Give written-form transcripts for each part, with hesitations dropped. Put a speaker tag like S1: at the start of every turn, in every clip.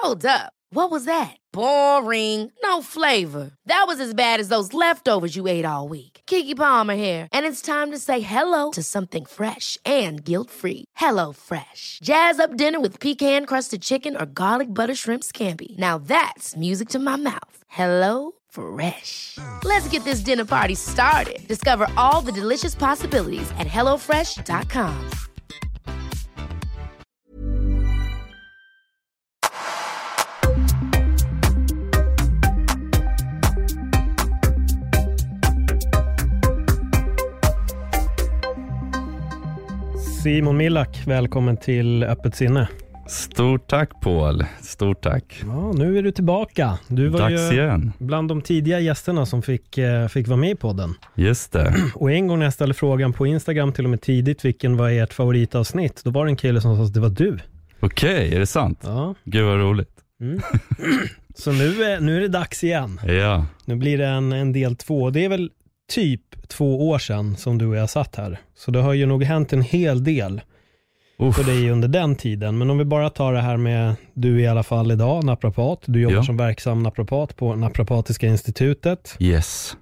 S1: Hold up. What was that? Boring. No flavor. That was as bad as those leftovers you ate all week. Keke Palmer here. And it's time to say hello to something fresh and guilt-free. Hello Fresh. Jazz up dinner with pecan-crusted chicken or garlic butter shrimp scampi. Now that's music to my mouth. Hello Fresh. Let's get this dinner party started. Discover all the delicious possibilities at hellofresh.com.
S2: Simon Millak, välkommen till Öppet sinne.
S3: Stort tack Paul, stort tack.
S2: Ja, nu är du tillbaka. Du var
S3: dags
S2: ju
S3: igen.
S2: Bland de tidiga gästerna som fick vara med i podden.
S3: Just det.
S2: Och en gång när jag ställde frågan på Instagram till och med tidigt, vilken var ert favoritavsnitt? Då var det en kille som sa att det var du.
S3: Okej, är det sant?
S2: Ja.
S3: Gud vad roligt.
S2: Mm. Så nu är det dags igen.
S3: Ja.
S2: Nu blir det en del 2. Det är väl typ 2 år sedan som du och jag satt här. Så det har ju nog hänt en hel del för dig under den tiden. Men om vi bara tar det här med, du är i alla fall idag naprapat. Du jobbar som verksam naprapat på Naprapatiska institutet.
S3: Yes.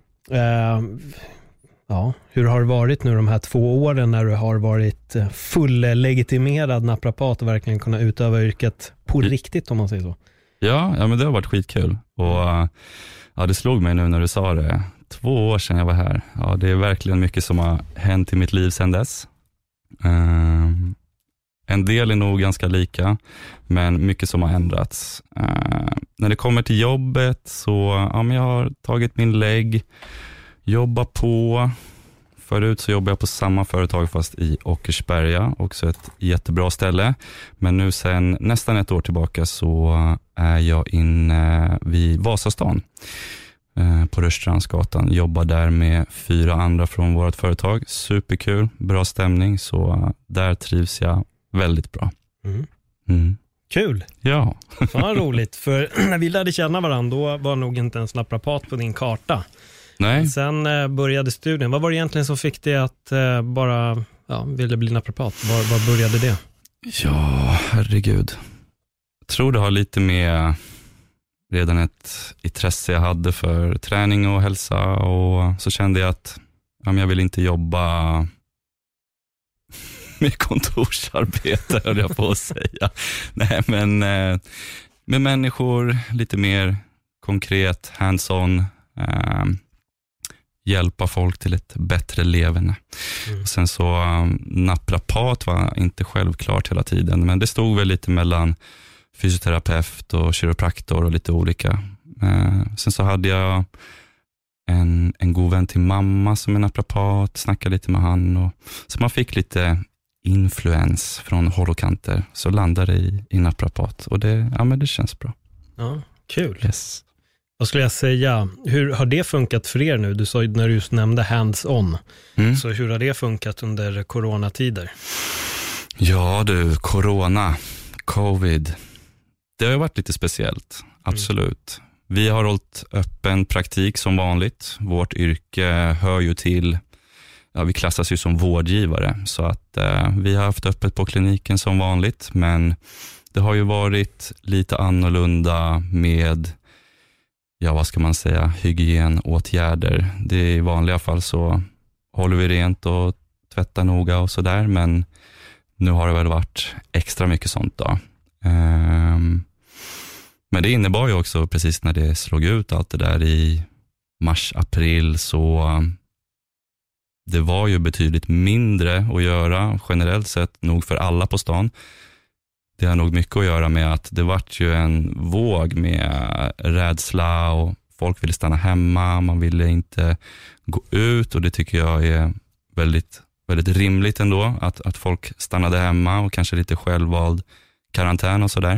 S2: Ja, hur har det varit nu de här 2 åren när du har varit full-legitimerad naprapat och verkligen kunna utöva yrket på riktigt, om man säger så?
S3: Ja, men det har varit skitkul. Och ja, det slog mig nu när du sa det. 2 år sedan jag var här. Ja, det är verkligen mycket som har hänt i mitt liv sedan dess. En del är nog ganska lika, men mycket som har ändrats. När det kommer till jobbet så men jag har tagit min lägg, jobbar på. Förut så jobbade jag på samma företag fast i Åkersberga, också ett jättebra ställe. Men nu sen nästan 1 år tillbaka så är jag inne vid Vasastan. På Rörstrandsgatan, jobbar där med 4 andra från vårt företag. Superkul, bra stämning, så där trivs jag väldigt bra.
S2: Kul!
S3: Ja.
S2: Fan roligt, för när vi lärde känna varandra då var nog inte en naprapat på din karta.
S3: Nej.
S2: Sen började studien. Vad var det egentligen som fick dig att bara ville bli naprapat? Var började det?
S3: Ja, herregud. Jag tror det har lite med redan ett intresse jag hade för träning och hälsa, och så kände jag att jag vill inte jobba med kontorsarbete, höll jag på att säga. Nej, men med människor, lite mer konkret, hands-on, hjälpa folk till ett bättre leverne. Och sen så naprapat var inte självklart hela tiden, men det stod väl lite mellan fysioterapeut och kiropraktor och lite olika. Sen så hade jag en god vän till mamma som är naprapat, snackade lite med han, och så man fick lite influens från håll och kanter, så landade i naprapat, och det känns bra.
S2: Ja, kul.
S3: Yes.
S2: Vad skulle jag säga, hur har det funkat för er nu? Du sa när du just nämnde hands-on, så hur har det funkat under coronatider? Ja
S3: du, covid, det har ju varit lite speciellt, absolut. Vi har hållit öppen praktik som vanligt. Vårt yrke hör ju till, vi klassas ju som vårdgivare, så att vi har haft öppet på kliniken som vanligt, men det har ju varit lite annorlunda med, vad ska man säga, hygienåtgärder. Det är i vanliga fall så håller vi rent och tvättar noga och sådär, men nu har det väl varit extra mycket sånt då. Men det innebar ju också, precis när det slog ut allt det där i mars, april, så det var ju betydligt mindre att göra generellt sett, nog för alla på stan. Det har nog mycket att göra med att det vart ju en våg med rädsla och folk ville stanna hemma, man ville inte gå ut, och det tycker jag är väldigt, väldigt rimligt ändå, att folk stannade hemma och kanske lite självvald karantän och sådär.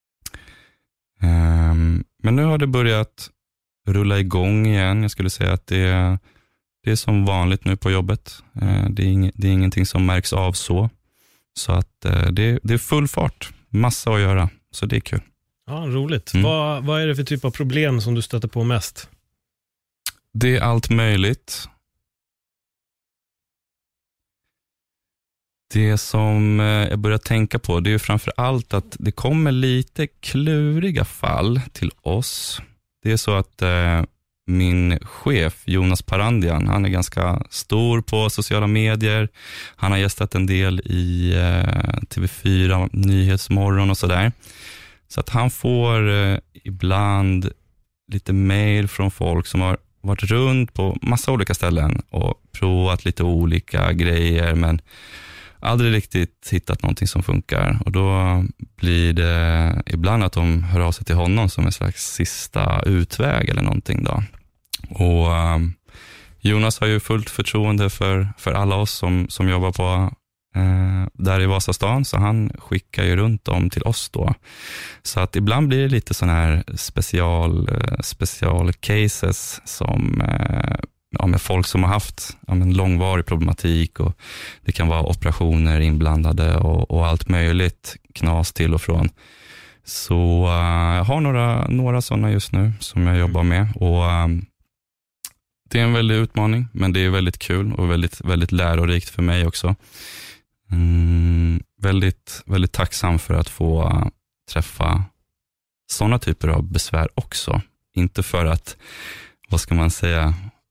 S3: Men nu har det börjat rulla igång igen. Jag skulle säga att det är som vanligt nu på jobbet. Det är ingenting som märks av så att det är full fart, massa att göra, så det är kul.
S2: Ja, roligt. Vad är det för typ av problem som du stöter på mest?
S3: Det är allt möjligt. Det som jag börjar tänka på, det är ju framför allt att det kommer lite kluriga fall till oss. Det är så att min chef Jonas Parandian, han är ganska stor på sociala medier. Han har gästat en del i TV4 Nyhetsmorgon och sådär. Så att han får ibland lite mejl från folk som har varit runt på massa olika ställen och provat lite olika grejer, men aldrig riktigt hittat någonting som funkar. Och då blir det ibland att de hör av sig till honom som en slags sista utväg eller någonting då. Och Jonas har ju fullt förtroende för alla oss som jobbar på där i Vasastan, så han skickar ju runt dem till oss då. Så att ibland blir det lite sån här special cases som med folk som har haft långvarig problematik, och det kan vara operationer inblandade och allt möjligt knas till och från. Så jag har några sådana just nu som jag jobbar med, och det är en väldig utmaning, men det är väldigt kul och väldigt, väldigt lärorikt för mig också. Väldigt, väldigt tacksam för att få träffa sådana typer av besvär också. Inte för att, vad ska man säga,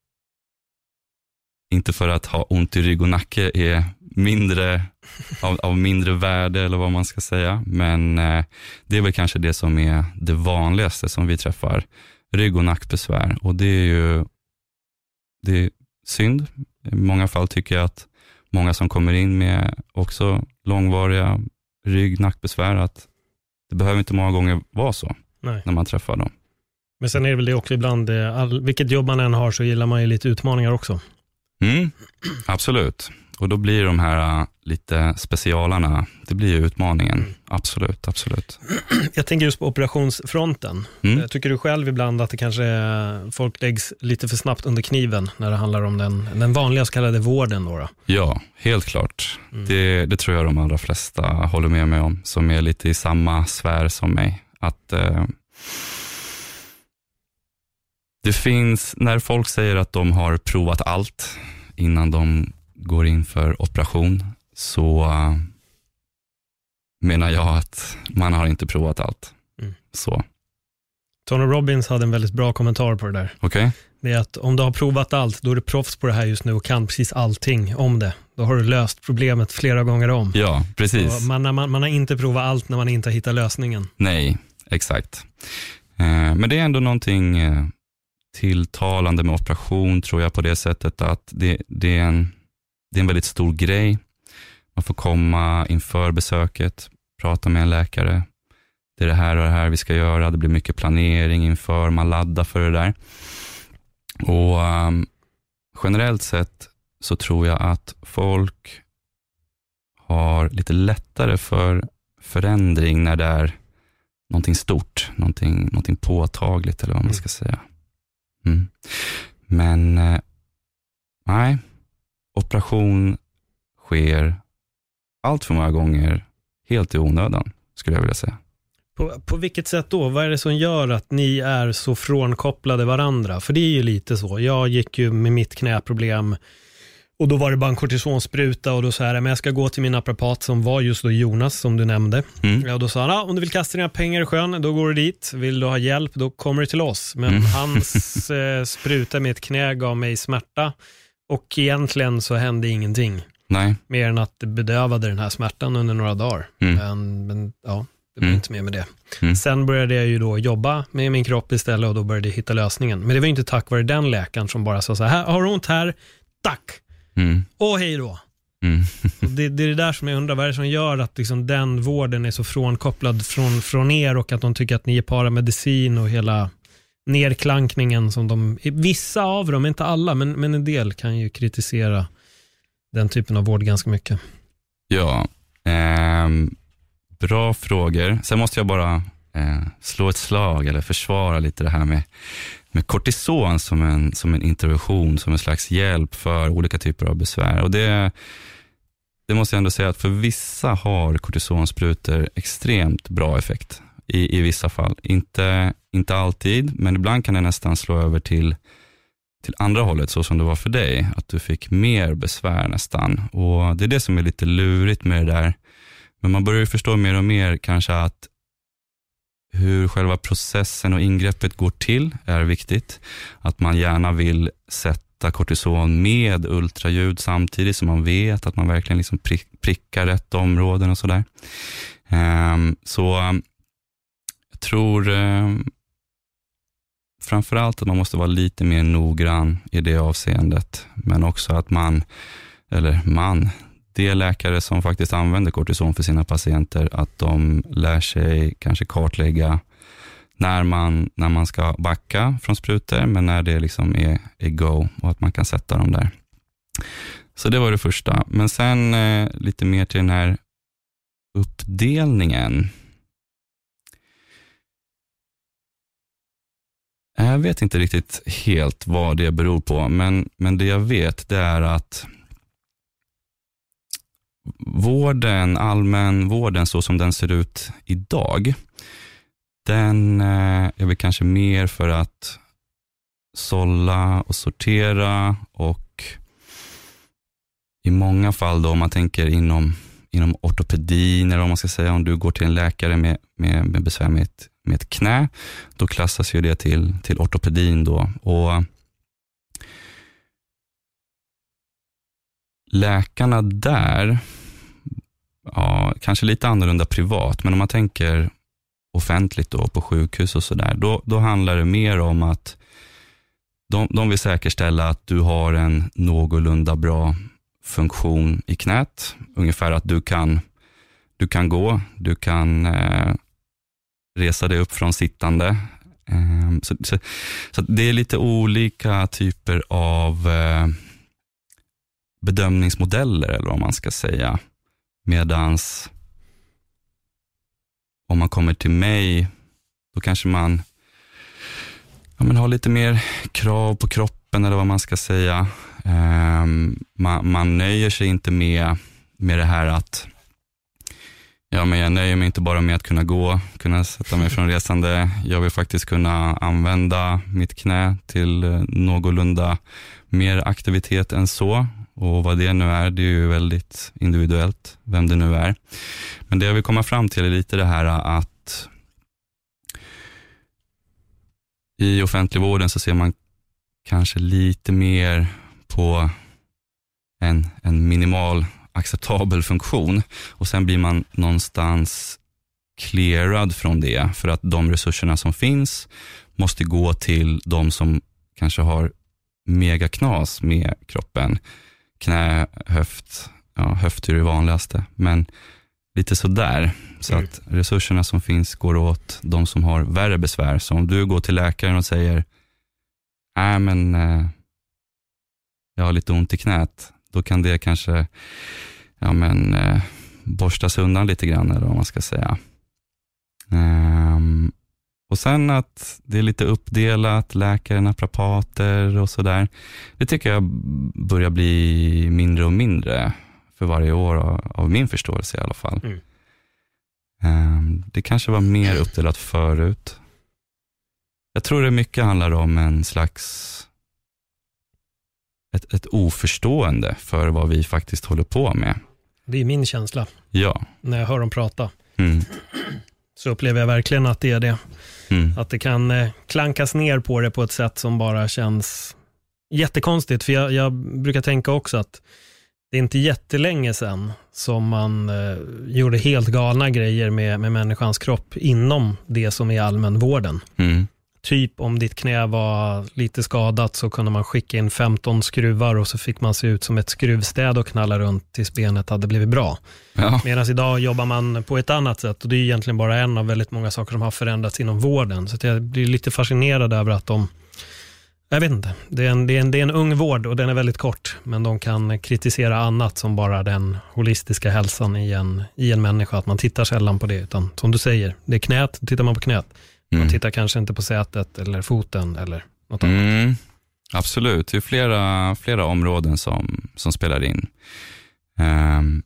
S3: inte för att ha ont i rygg och nacke är mindre av mindre värde eller vad man ska säga, men det är väl kanske det som är det vanligaste som vi träffar, rygg- och nackbesvär, och det är synd. I många fall tycker jag att många som kommer in med också långvariga rygg- och nackbesvär, att det behöver inte många gånger vara så. Nej. När man träffar dem.
S2: Men sen är det väl det också ibland, vilket jobb man än har så gillar man ju lite utmaningar också.
S3: Absolut. Och då blir de här lite specialarna, det blir ju utmaningen. Absolut.
S2: Jag tänker just på operationsfronten. Tycker du själv ibland att det kanske folk läggs lite för snabbt under kniven när det handlar om den vanliga så kallade vården då?
S3: Ja, helt klart. Det tror jag de allra flesta håller med mig om, som är lite i samma sfär som mig. Att det finns, när folk säger att de har provat allt innan de går in för operation, så menar jag att man har inte provat allt. Så.
S2: Tony Robbins hade en väldigt bra kommentar på det där.
S3: Okay.
S2: Det är att om du har provat allt, då är du proffs på det här just nu och kan precis allting om det. Då har du löst problemet flera gånger om.
S3: Ja, precis.
S2: Man har inte provat allt när man inte hittar lösningen.
S3: Nej, exakt. Men det är ändå någonting tilltalande med operation, tror jag, på det sättet att det är en väldigt stor grej. Man får komma inför besöket, prata med en läkare. Det är det här och det här vi ska göra. Det blir mycket planering inför, man laddar för det där. Och generellt sett så tror jag att folk har lite lättare för förändring när det är någonting stort, någonting påtagligt eller vad man ska säga. Men nej, operation sker allt för många gånger helt i onödan, skulle jag vilja säga.
S2: På vilket sätt då? Vad är det som gör att ni är så frånkopplade varandra? För det är ju lite så. Jag gick ju med mitt knäproblem och då var det bara en kortisonspruta och då sa jag, men jag ska gå till min naprapat som var just då Jonas som du nämnde. Och då sa han, om du vill kasta dina pengar i sjön, då går du dit. Vill du ha hjälp, då kommer du till oss. Men hans spruta med ett knä gav mig smärta och egentligen så hände ingenting.
S3: Nej.
S2: Mer än att det bedövade den här smärtan under några dagar. Men ja, det blev inte mer med det. Sen började jag ju då jobba med min kropp istället och då började jag hitta lösningen. Men det var ju inte tack vare den läkaren som bara sa så här, har du ont här? Tack! Och hej då. Det är det där som jag undrar, vad är det som gör att liksom den vården är så frånkopplad från er och att de tycker att ni är paramedicin och hela nerklankningen som vissa av dem, inte alla, men en del kan ju kritisera den typen av vård ganska mycket.
S3: Ja, bra frågor. Sen måste jag bara slå ett slag eller försvara lite det här med kortison som en intervention, som en slags hjälp för olika typer av besvär. Och det måste jag ändå säga att för vissa har kortisonsprutor extremt bra effekt i vissa fall. Inte alltid, men ibland kan det nästan slå över till till andra hållet, så som det var för dig, att du fick mer besvär nästan. Och det är det som är lite lurigt med det där. Men man börjar ju förstå mer och mer kanske att hur själva processen och ingreppet går till är viktigt. Att man gärna vill sätta kortison med ultraljud samtidigt, som man vet att man verkligen liksom prickar rätt områden och sådär. Så jag tror framförallt att man måste vara lite mer noggrann i det avseendet. Men också att det läkare som faktiskt använder kortison för sina patienter, att de lär sig kanske kartlägga när man ska backa från sprutor, men när det liksom är go, och att man kan sätta dem där. Så det var det första. Men sen lite mer till den här uppdelningen. Jag vet inte riktigt helt vad det beror på, men det jag vet, det är att allmänvården så som den ser ut idag, den är väl kanske mer för att sålla och sortera, och i många fall då, om man tänker inom ortopedin, eller om man ska säga, om du går till en läkare med besvär med ett knä, då klassas ju det till ortopedin då. Och läkarna där, ja, kanske lite annorlunda privat, men om man tänker offentligt då på sjukhus och sådär, då handlar det mer om att de vill säkerställa att du har en någorlunda bra funktion i knät, ungefär att du kan gå, du kan resa dig upp från sittande. Så det är lite olika typer av bedömningsmodeller, eller vad man ska säga. Medans om man kommer till mig, då kanske man har lite mer krav på kroppen, eller vad man ska säga. Man nöjer sig inte med det här att men jag nöjer mig inte bara med att kunna sätta mig från resande. Jag vill faktiskt kunna använda mitt knä till någorlunda mer aktivitet än så. Och vad det nu är, det är ju väldigt individuellt, vem det nu är. Men det jag vill komma fram till är lite det här att i offentligvården så ser man kanske lite mer på en minimal acceptabel funktion, och sen blir man någonstans clearad från det, för att de resurserna som finns måste gå till de som kanske har megaknas med kroppen. Knä, höft är det vanligaste, men lite sådär. Så att resurserna som finns går åt de som har värre besvär. Så om du går till läkaren och säger jag har lite ont i knät, då kan det kanske borstas undan lite grann, eller vad man ska säga. Och sen att det är lite uppdelat, läkare, naprapater och sådär. Det tycker jag börjar bli mindre och mindre för varje år, av min förståelse i alla fall. Det kanske var mer uppdelat förut. Jag tror det mycket handlar om en slags ett oförstående för vad vi faktiskt håller på med.
S2: Det är min känsla.
S3: Ja.
S2: När jag hör dem prata. Så upplever jag verkligen att det är det. Att det kan klankas ner på det på ett sätt som bara känns jättekonstigt. För jag brukar tänka också att det är inte jättelänge sedan som man gjorde helt galna grejer med människans kropp inom det som är allmänvården. Typ om ditt knä var lite skadat så kunde man skicka in 15 skruvar och så fick man se ut som ett skruvstäd och knalla runt tills benet hade blivit bra. Ja. Medan idag jobbar man på ett annat sätt, och det är egentligen bara en av väldigt många saker som har förändrats inom vården. Så att jag blir lite fascinerad över att jag vet inte, det är en ung vård och den är väldigt kort, men de kan kritisera annat som bara den holistiska hälsan i en människa, att man tittar sällan på det, utan som du säger, det är knät, tittar man på knät. Man tittar kanske inte på sätet eller foten eller något annat.
S3: Absolut, det är flera områden som spelar in.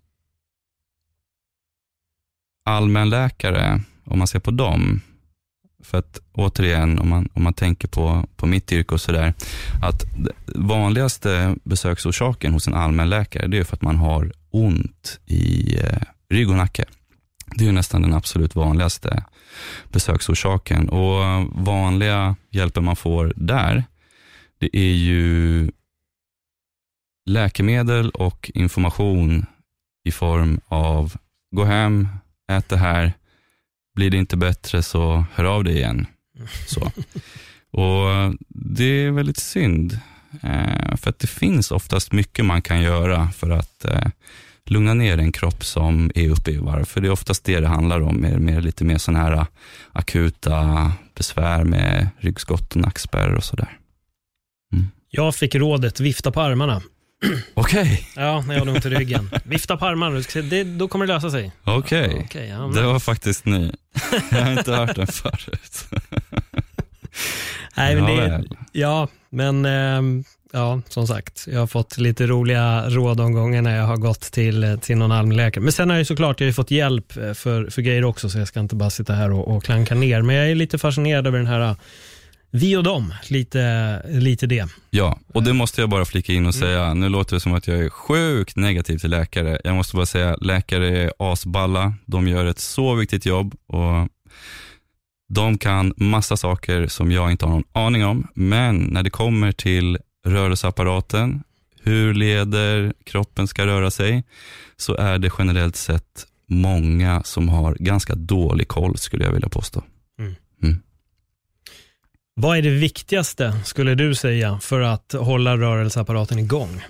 S3: Allmänläkare, om man ser på dem, För att återigen, om man tänker på mitt yrke och sådär, att vanligaste besöksorsaken hos en allmänläkare, det är för att man har ont i rygg och nacke. Det är ju nästan den absolut vanligaste besöksorsaken. Och vanliga hjälper man får där, det är ju läkemedel och information i form av gå hem, ät det här, blir det inte bättre så hör av dig igen. Så. Och det är väldigt synd, för att det finns oftast mycket man kan göra för att lugna ner en kropp som är uppe i varv. För det är oftast det handlar om, lite mer sådana här akuta besvär med ryggskott och nackspärr och sådär.
S2: Jag fick rådet vifta på armarna.
S3: Okej.
S2: Ja, när jag hade ont i ryggen. Vifta på armarna, då kommer det lösa sig.
S3: Okej.
S2: Ja,
S3: det var faktiskt ny. Jag har inte hört den förut.
S2: Nej, men som sagt, jag har fått lite roliga rådomgångar när jag har gått till någon allmänläkare. Men sen har jag såklart fått hjälp för grejer också, så jag ska inte bara sitta här och klanka ner. Men jag är lite fascinerad över den här vi och dem, lite det.
S3: Ja, och det måste jag bara flika in och säga. Nu låter det som att jag är sjukt negativ till läkare. Jag måste bara säga, läkare är asballa. De gör ett så viktigt jobb och de kan massa saker som jag inte har någon aning om. Men när det kommer till rörelseapparaten, hur leder kroppen ska röra sig, så är det generellt sett många som har ganska dålig koll, skulle jag vilja påstå.
S2: Vad är det viktigaste, skulle du säga, för att hålla rörelseapparaten igång?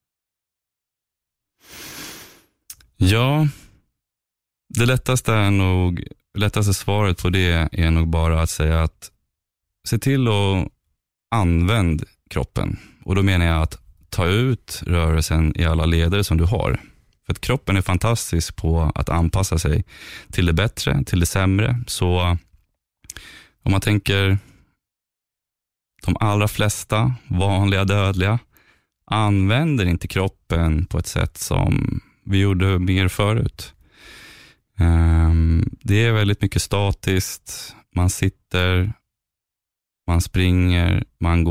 S3: Ja, det lättaste svaret på det är nog bara att säga att se till att använda kroppen. Och då menar jag att ta ut rörelsen i alla leder som du har. För att kroppen är fantastisk på att anpassa sig till det bättre, till det sämre. Så om man tänker de allra flesta vanliga dödliga använder inte kroppen på ett sätt som vi gjorde mer förut. Det är väldigt mycket statiskt. Man sitter, man springer, man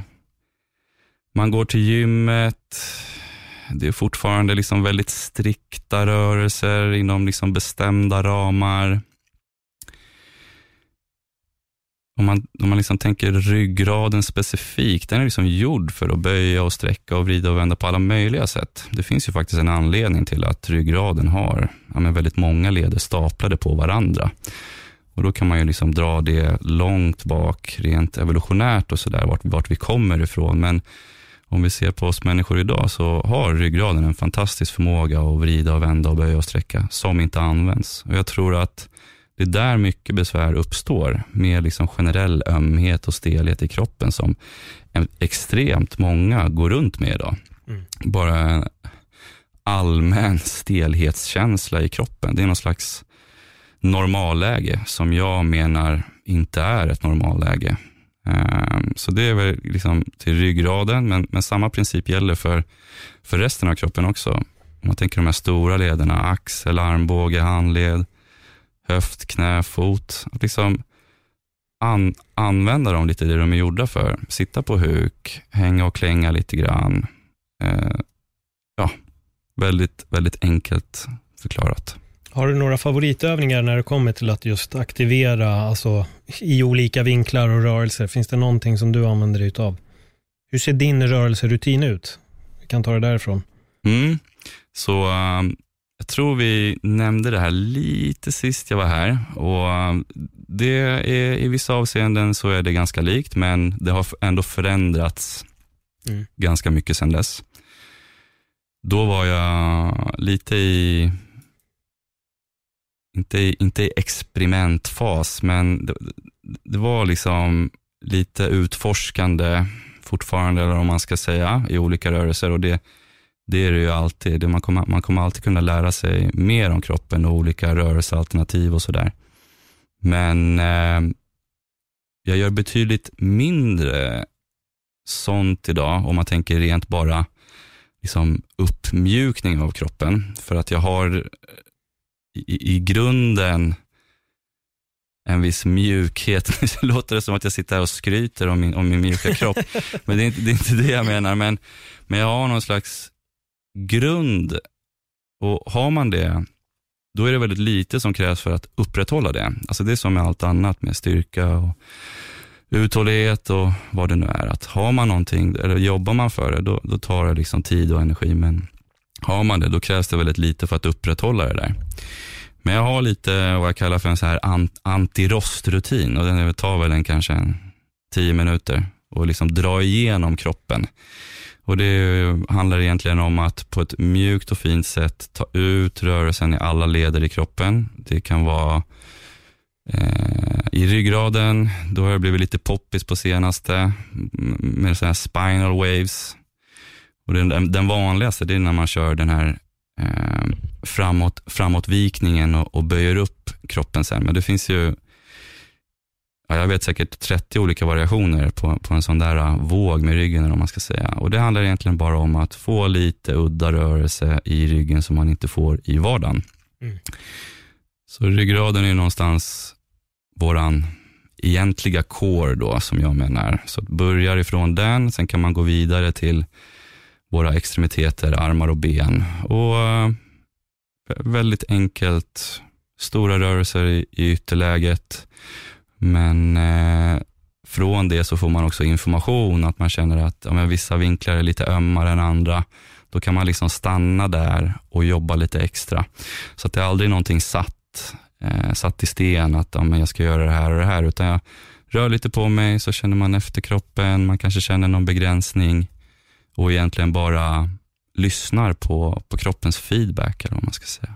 S3: går till gymmet. Det är fortfarande liksom väldigt strikta rörelser inom liksom bestämda ramar. Om man liksom tänker ryggraden specifikt, den är liksom gjord för att böja och sträcka och vrida och vända på alla möjliga sätt. Det finns ju faktiskt en anledning till att ryggraden har väldigt många leder staplade på varandra. Och då kan man ju liksom dra det långt bak, rent evolutionärt och sådär, vart vi kommer ifrån. Men om vi ser på oss människor idag, så har ryggraden en fantastisk förmåga att vrida och vända och böja och sträcka som inte används. Och jag tror att det är där mycket besvär uppstår, med liksom generell ömhet och stelhet i kroppen som extremt många går runt med idag. Bara en allmän stelhetskänsla i kroppen. Det är någon slags normalläge som jag menar inte är ett normalläge. Så det är väl liksom till ryggraden, men samma princip gäller för resten av kroppen också. Om man tänker de här stora lederna, axel, armbåge, handled, höft, knä, fot, att liksom använda dem lite det de är gjorda för. Sitta på huk, hänga och klänga lite grann. Väldigt, väldigt enkelt förklarat.
S2: Har du några favoritövningar när det kommer till att just aktivera, alltså i olika vinklar och rörelser? Finns det någonting som du använder dig utav? Hur ser din rörelserutin ut? Vi kan ta det därifrån.
S3: Så jag tror vi nämnde det här lite sist jag var här. Och det är, i vissa avseenden så är det ganska likt, men det har ändå förändrats ganska mycket sedan dess. Då var jag lite i inte i experimentfas, men det var liksom lite utforskande fortfarande, eller om man ska säga, i olika rörelser. Och det är det ju alltid. Man kommer alltid kunna lära sig mer om kroppen och olika rörelsealternativ och sådär. Men jag gör betydligt mindre sånt idag, om man tänker rent bara liksom uppmjukning av kroppen. För att jag har i grunden en viss mjukhet. Det låter det som att jag sitter här och skryter om min mjuka kropp. Men det är inte det jag menar. Men jag har någon slags grund. Och har man det, då är det väldigt lite som krävs för att upprätthålla det. Alltså det är som med allt annat, med styrka och uthållighet och vad det nu är. Att har man någonting, eller jobbar man för det, då tar det liksom tid och energi. Men har man det, då krävs det väldigt lite för att upprätthålla det där. Men jag har lite vad jag kallar för en så här antirostrutin. Och den tar väl kanske 10 minuter. Och liksom dra igenom kroppen. Och det handlar egentligen om att på ett mjukt och fint sätt ta ut rörelsen i alla leder i kroppen. Det kan vara i ryggraden. Då har det blivit lite poppis på senaste. Med så här spinal waves. Och den vanligaste, det är när man kör den här framåtvikningen och böjer upp kroppen sen. Men det finns ju, jag vet säkert 30 olika variationer på en sån där våg med ryggen, eller om man ska säga. Och det handlar egentligen bara om att få lite udda rörelse i ryggen som man inte får i vardagen. Så ryggraden är någonstans våran egentliga core då, som jag menar. Så börjar ifrån den, sen kan man gå vidare till våra extremiteter, armar och ben. Och väldigt enkelt, stora rörelser i ytterläget. Men från det så får man också information, att man känner att vissa vinklar är lite ömmare än andra. Då kan man liksom stanna där och jobba lite extra. Så att det är aldrig någonting satt i sten att jag ska göra det här och det här. Utan jag rör lite på mig, så känner man efter kroppen. Man kanske känner någon begränsning. Och egentligen bara lyssnar på kroppens feedback, eller vad man ska säga.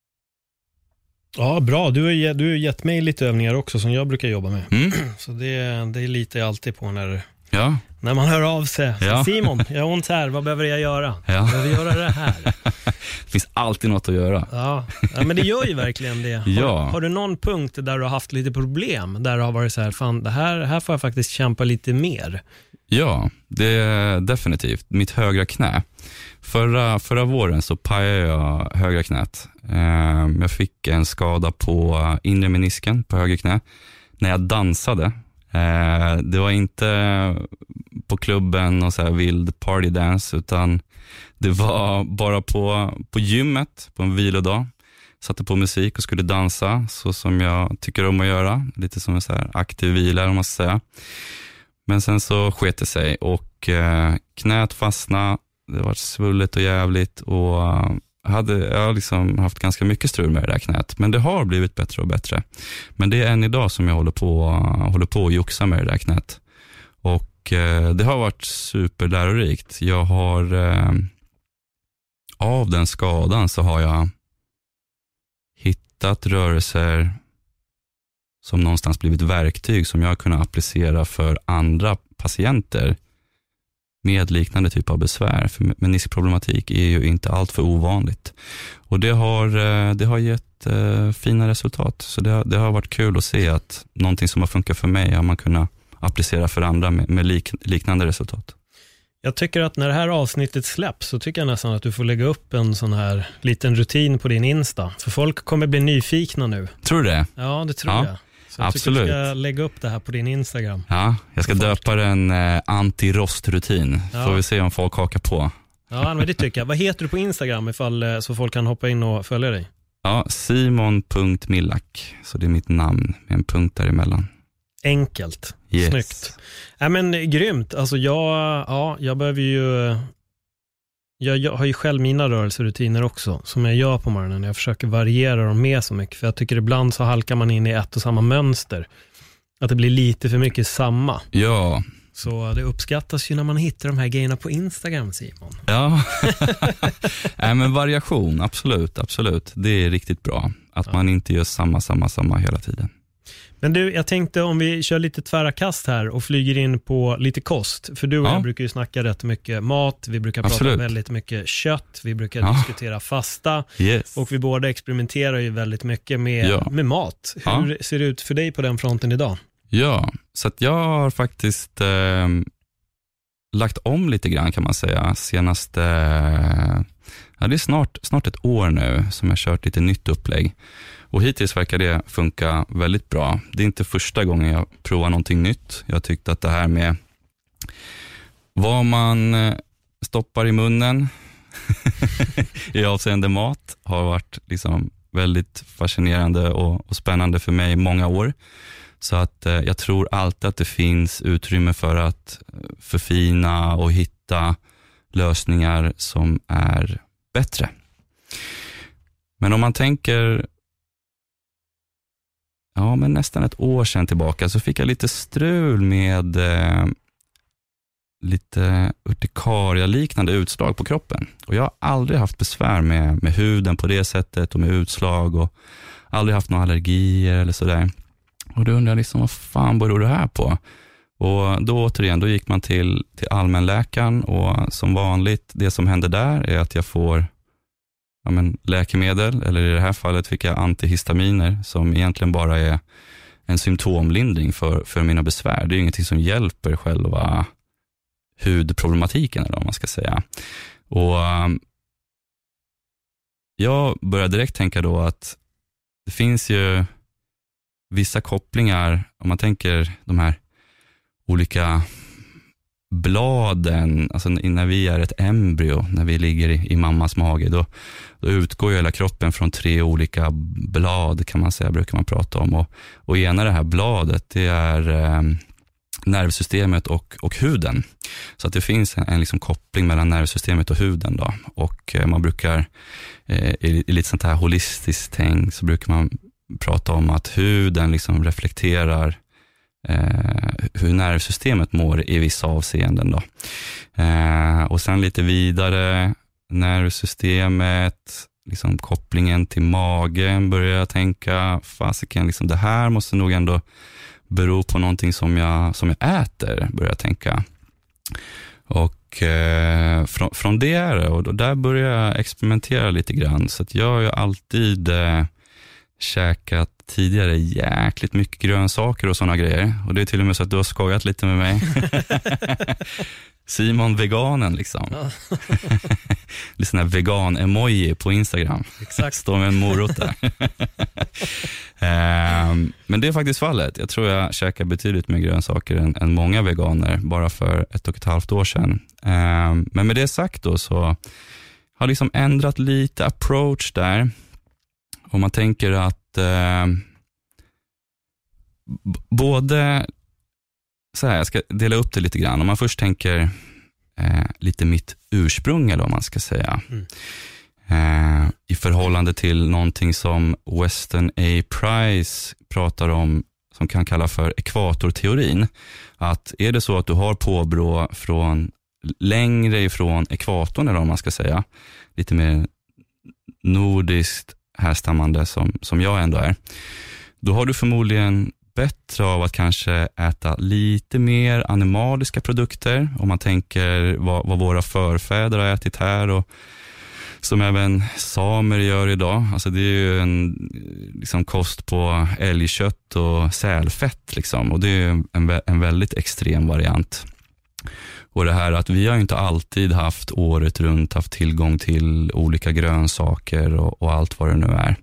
S2: Ja, bra. Du har gett mig lite övningar också som jag brukar jobba med. Så det litar jag alltid på när man hör av sig. Ja. Simon, jag har ont här. Vad behöver jag göra? Ja. Jag behöver göra det här.
S3: Det finns alltid något att göra.
S2: Ja, men det gör ju verkligen det. Har du någon punkt där du har haft lite problem? Där du har varit så här, fan, det här får jag faktiskt kämpa lite mer.
S3: Ja, det är definitivt. Mitt högra knä. Förra våren så pajade jag högra knät. Jag fick en skada på inre menisken på höger knä när jag dansade. Det var inte på klubben och så här vild partydance, utan det var bara på gymmet på en vilodag. Satte på musik och skulle dansa så som jag tycker om att göra. Lite som en så här aktiv vila, om man ska säga. Men sen så sket det sig och knät fastnade. Det var svullet och jävligt, och jag har liksom haft ganska mycket strul med det där knät. Men det har blivit bättre och bättre. Men det är än idag som jag håller på att joxa med det där knät. Och det har varit superlärorikt. Jag har av den skadan så har jag hittat rörelser som någonstans blivit verktyg som jag har kunnat applicera för andra patienter med liknande typ av besvär. För meniskproblematik är ju inte allt för ovanligt. Och det har gett fina resultat. Så det har varit kul att se att någonting som har funkat för mig har man kunnat applicera för andra med liknande resultat.
S2: Jag tycker att när det här avsnittet släpps så tycker jag nästan att du får lägga upp en sån här liten rutin på din Insta. För folk kommer bli nyfikna nu.
S3: Tror du det?
S2: Ja, det tror jag. Så jag tycker du ska lägga upp det här på din Instagram.
S3: Ja, jag ska döpa den anti-rostrutin. Får vi se om folk hakar på.
S2: Ja, men det tycker jag. Vad heter du på Instagram så folk kan hoppa in och följa dig?
S3: Ja, Simon.Millak. Så det är mitt namn med en punkt däremellan.
S2: Enkelt.
S3: Yes.
S2: Snyggt. Men grymt. Alltså jag behöver ju... Jag har ju själv mina rörelserutiner också som jag gör på morgonen. Jag försöker variera dem med så mycket, för jag tycker ibland så halkar man in i ett och samma mönster. Att det blir lite för mycket samma.
S3: Ja.
S2: Så det uppskattas ju när man hittar de här grejerna på Instagram, Simon.
S3: Ja. Men variation, absolut. Det är riktigt bra. Att man inte gör samma hela tiden.
S2: Men du, jag tänkte om vi kör lite tvära kast här och flyger in på lite kost. För du och jag brukar ju snacka rätt mycket mat. Vi brukar prata väldigt mycket kött. Vi brukar diskutera fasta.
S3: Yes.
S2: Och vi båda experimenterar ju väldigt mycket med mat. Hur ser det ut för dig på den fronten idag?
S3: Ja, så att jag har faktiskt lagt om lite grann, kan man säga. Det är snart ett år nu som jag kört lite nytt upplägg. Och hittills verkar det funka väldigt bra. Det är inte första gången jag provar någonting nytt. Jag tyckte att det här med vad man stoppar i munnen i avseende mat har varit liksom väldigt fascinerande och spännande för mig i många år. Så att jag tror alltid att det finns utrymme för att förfina och hitta lösningar som är bättre. Men om man tänker men nästan ett år sedan tillbaka så fick jag lite strul med lite urtikaria-liknande utslag på kroppen. Och jag har aldrig haft besvär med huden på det sättet och med utslag och aldrig haft några allergier eller sådär. Och då undrar jag liksom, vad fan beror det här på? Och då återigen, då gick man till allmänläkaren och som vanligt, det som händer där är att jag får läkemedel, eller i det här fallet fick jag antihistaminer som egentligen bara är en symptomlindring för mina besvär. Det är ju ingenting som hjälper själva hudproblematiken eller vad man ska säga. Och jag började direkt tänka då att det finns ju vissa kopplingar, om man tänker de här olika bladen, alltså när vi är ett embryo, när vi ligger i mammas mage, då utgår ju hela kroppen från 3 olika blad kan man säga, brukar man prata om. Och ena det här bladet, det är nervsystemet och huden. Så att det finns en liksom koppling mellan nervsystemet och huden då. Och man brukar i lite sånt här holistiskt tänk så brukar man prata om att huden liksom reflekterar hur nervsystemet mår i vissa avseenden då. Och sen lite vidare, nervsystemet, liksom kopplingen till magen, börjar jag tänka, fasiken, liksom det här måste nog ändå bero på någonting som jag äter, börjar jag tänka. Och från det och där börjar jag experimentera lite grann. Så att jag har ju alltid käkat tidigare jäkligt mycket grönsaker och sådana grejer. Och det är till och med så att du har skojat lite med mig. Simon veganen liksom. Ja. Lite sån här vegan-emoji på Instagram.
S2: Exakt.
S3: Står med en morot där. Men det är faktiskt fallet. Jag tror jag käkar betydligt mer grönsaker än många veganer bara för 1,5 år sedan. Men med det sagt då så har liksom ändrat lite approach där. Om man tänker att både så här, jag ska dela upp det lite grann. Om man först tänker lite mitt ursprung eller vad man ska säga. I förhållande till någonting som Weston A. Price pratar om, som kan kalla för ekvatorteorin. Att är det så att du har påbrå från längre ifrån ekvatorn eller vad man ska säga, lite mer nordiskt härstammande som jag ändå är, då har du förmodligen bättre av att kanske äta lite mer animaliska produkter. Om man tänker vad våra förfäder har ätit här och som även samer gör idag. Alltså det är ju en liksom kost på älgkött och sälfett liksom. Och det är en väldigt extrem variant. Och det här att vi har inte alltid haft året runt haft tillgång till olika grönsaker och allt vad det nu är.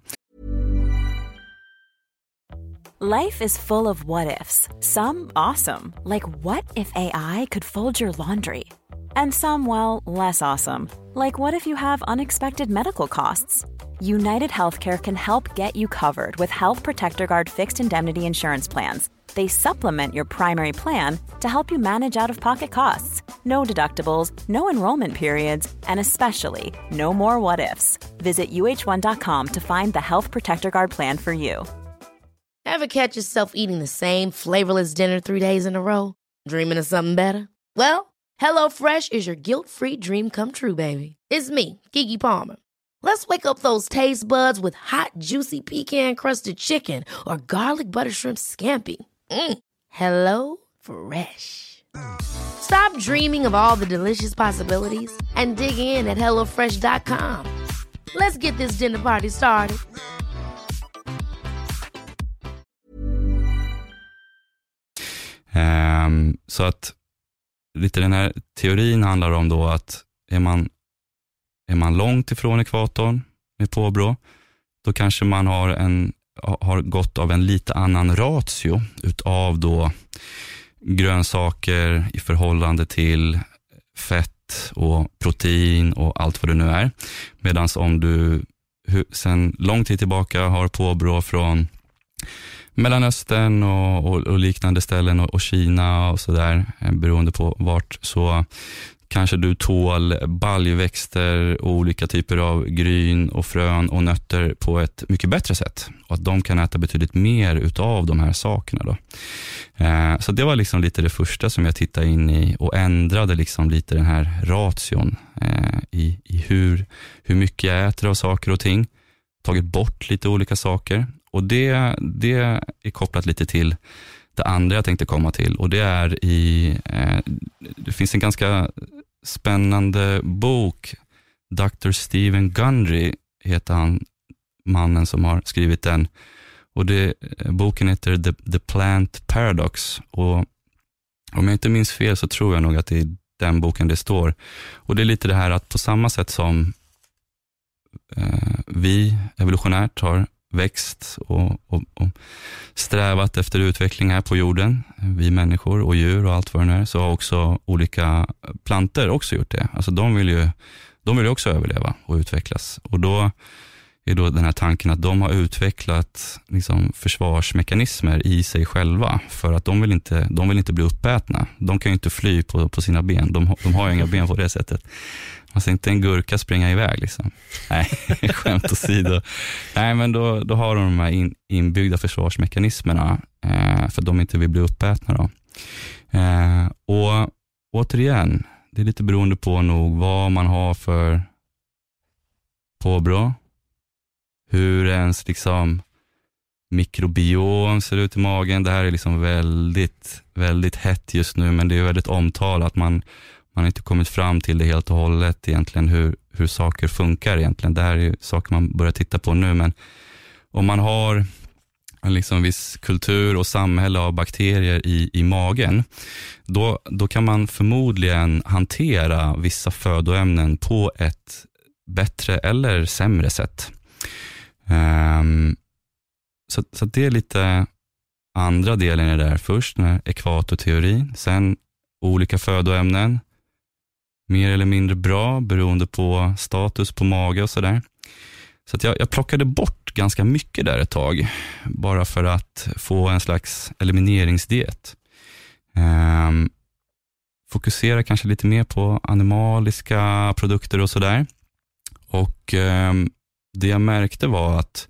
S4: Life is full of what-ifs. Some awesome, like what if AI could fold your laundry? And some, well, less awesome, like what if you have unexpected medical costs? United Healthcare can help get you covered with Health Protector Guard fixed indemnity insurance plans. They supplement your primary plan to help you manage out-of-pocket costs. No deductibles, no enrollment periods, and especially no more what-ifs. Visit uh1.com to find the Health Protector Guard plan for you.
S1: Ever catch yourself eating the same flavorless dinner 3 days in a row? Dreaming of something better? Well, HelloFresh is your guilt-free dream come true, baby. It's me, Keke Palmer. Let's wake up those taste buds with hot, juicy pecan-crusted chicken or garlic butter shrimp scampi. Hello Fresh. Stop dreaming of all the delicious possibilities and dig in at HelloFresh.com. Let's get this dinner party started.
S3: Så att lite den här teorin handlar om då att är man långt ifrån ekvatorn med påbrå, då kanske man har gått av en lite annan ratio utav då grönsaker i förhållande till fett och protein och allt vad det nu är. Medan om du sen lång tid tillbaka har påbrå från Mellanöstern och liknande ställen och Kina och sådär, beroende på vart, så kanske du tål baljväxter och olika typer av gryn och frön och nötter på ett mycket bättre sätt. Och att de kan äta betydligt mer utav de här sakerna då. Så det var liksom lite det första som jag tittade in i och ändrade liksom lite den här ration i hur mycket jag äter av saker och ting. Tagit bort lite olika saker. Och det är kopplat lite till det andra jag tänkte komma till. Och det är det finns en ganska spännande bok. Dr. Stephen Gundry heter han, mannen som har skrivit den. Och boken heter The Plant Paradox. Och om jag inte minns fel så tror jag nog att det är den boken det står. Och det är lite det här att på samma sätt som vi evolutionärt har växt och strävat efter utveckling här på jorden, vi människor och djur och allt vad det är, så har också olika planter också gjort det. Alltså de vill ju också överleva och utvecklas. Och då är då den här tanken att de har utvecklat liksom försvarsmekanismer i sig själva, för att de vill inte bli uppätna. De kan ju inte fly på sina ben. De har ju inga ben på det sättet. Man ser inte en gurka springa iväg liksom. Nej, skämt åsido. Nej, men då har de här inbyggda försvarsmekanismerna för att de inte vill bli uppätna då. Och återigen, det är lite beroende på nog vad man har för påbrå, hur ens liksom mikrobiom ser ut i magen. Det här är liksom väldigt, väldigt hett just nu, men det är väldigt omtalat. Man har inte kommit fram till det helt och hållet egentligen, hur saker funkar egentligen. Det här är ju saker man börjar titta på nu, men om man har en liksom viss kultur och samhälle av bakterier i magen, då kan man förmodligen hantera vissa födoämnen på ett bättre eller sämre sätt. Så det är lite andra delen i det där. Först den här ekvatorteorin, sen olika födoämnen, mer eller mindre bra beroende på status på mage och sådär. Så att jag plockade bort ganska mycket där ett tag, bara för att få en slags elimineringsdiet. Fokusera kanske lite mer på animaliska produkter och sådär. Och det jag märkte var att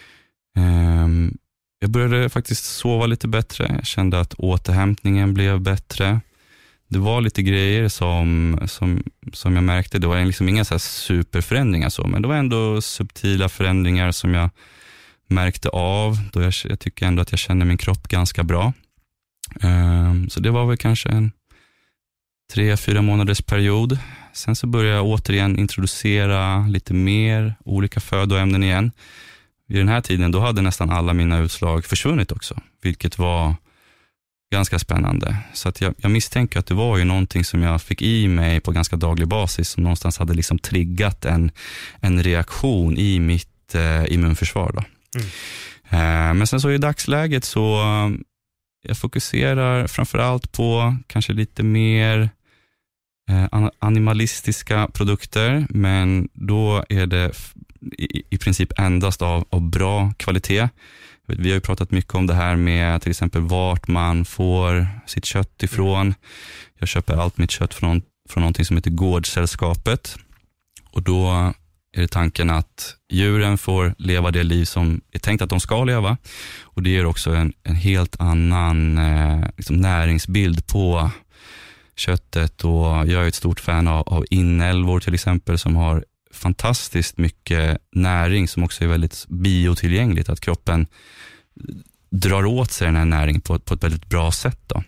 S3: jag började faktiskt sova lite bättre. Jag kände att återhämtningen blev bättre. Det var lite grejer som jag märkte. Det var liksom inga så här superförändringar så, men det var ändå subtila förändringar som jag märkte av. Då jag tycker ändå att jag känner min kropp ganska bra. Så det var väl kanske en 3-4 månaders period. Sen så började jag återigen introducera lite mer olika födoämnen igen. Vid den här tiden då hade nästan alla mina utslag försvunnit också, vilket var ganska spännande. Så att jag misstänker att det var ju någonting som jag fick i mig på ganska daglig basis som någonstans hade liksom triggat en reaktion i mitt immunförsvar då. Men sen så i dagsläget så jag fokuserar framförallt på kanske lite mer animalistiska produkter, men då är det i princip endast av bra kvalitet. Vi har ju pratat mycket om det här med till exempel vart man får sitt kött ifrån. Jag köper allt mitt kött från någonting som heter Gårdssällskapet. Och då är det tanken att djuren får leva det liv som är tänkt att de ska leva. Och det ger också en helt annan liksom näringsbild på köttet. Och jag är ett stort fan av inälvor till exempel, som har fantastiskt mycket näring som också är väldigt biotillgängligt, att kroppen drar åt sig den här näringen på ett väldigt bra sätt då.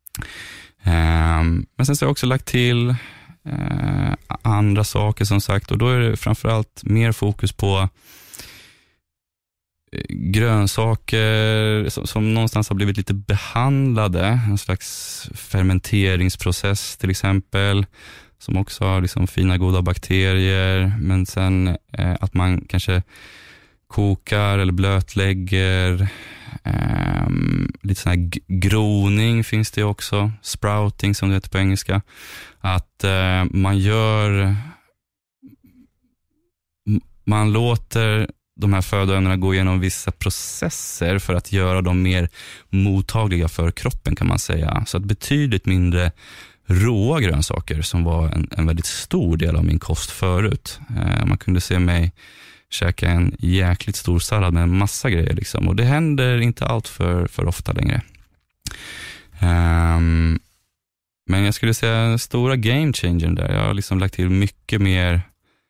S3: Men sen så har jag också lagt till andra saker som sagt, och då är det framförallt mer fokus på grönsaker som någonstans har blivit lite behandlade, en slags fermenteringsprocess till exempel, som också har liksom fina goda bakterier, men sen att man kanske kokar eller blötlägger. Lite sån här groning finns det också. Sprouting som det heter på engelska. Att man låter de här födoämnena gå igenom vissa processer för att göra dem mer mottagliga för kroppen, kan man säga. Så att betydligt mindre råa grönsaker, som var en väldigt stor del av min kost förut. Man kunde se mig käka en jäkligt stor sallad med en massa grejer liksom. Och det händer inte allt för ofta längre. Men jag skulle säga stora game changer där. Jag har liksom lagt till mycket mer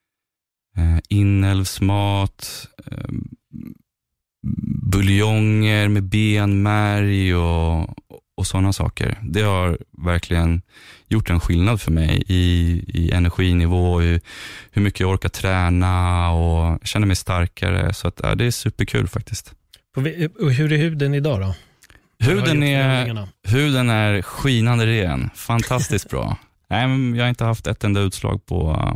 S3: inälvsmat, buljonger med benmärg och sådana saker. Det har verkligen gjort en skillnad för mig i energinivå, hur mycket jag orkar träna och känner mig starkare. Så att, det är superkul faktiskt.
S2: Och hur är huden idag då?
S3: Huden är skinande ren. Fantastiskt bra. Nej, men jag har inte haft ett enda utslag på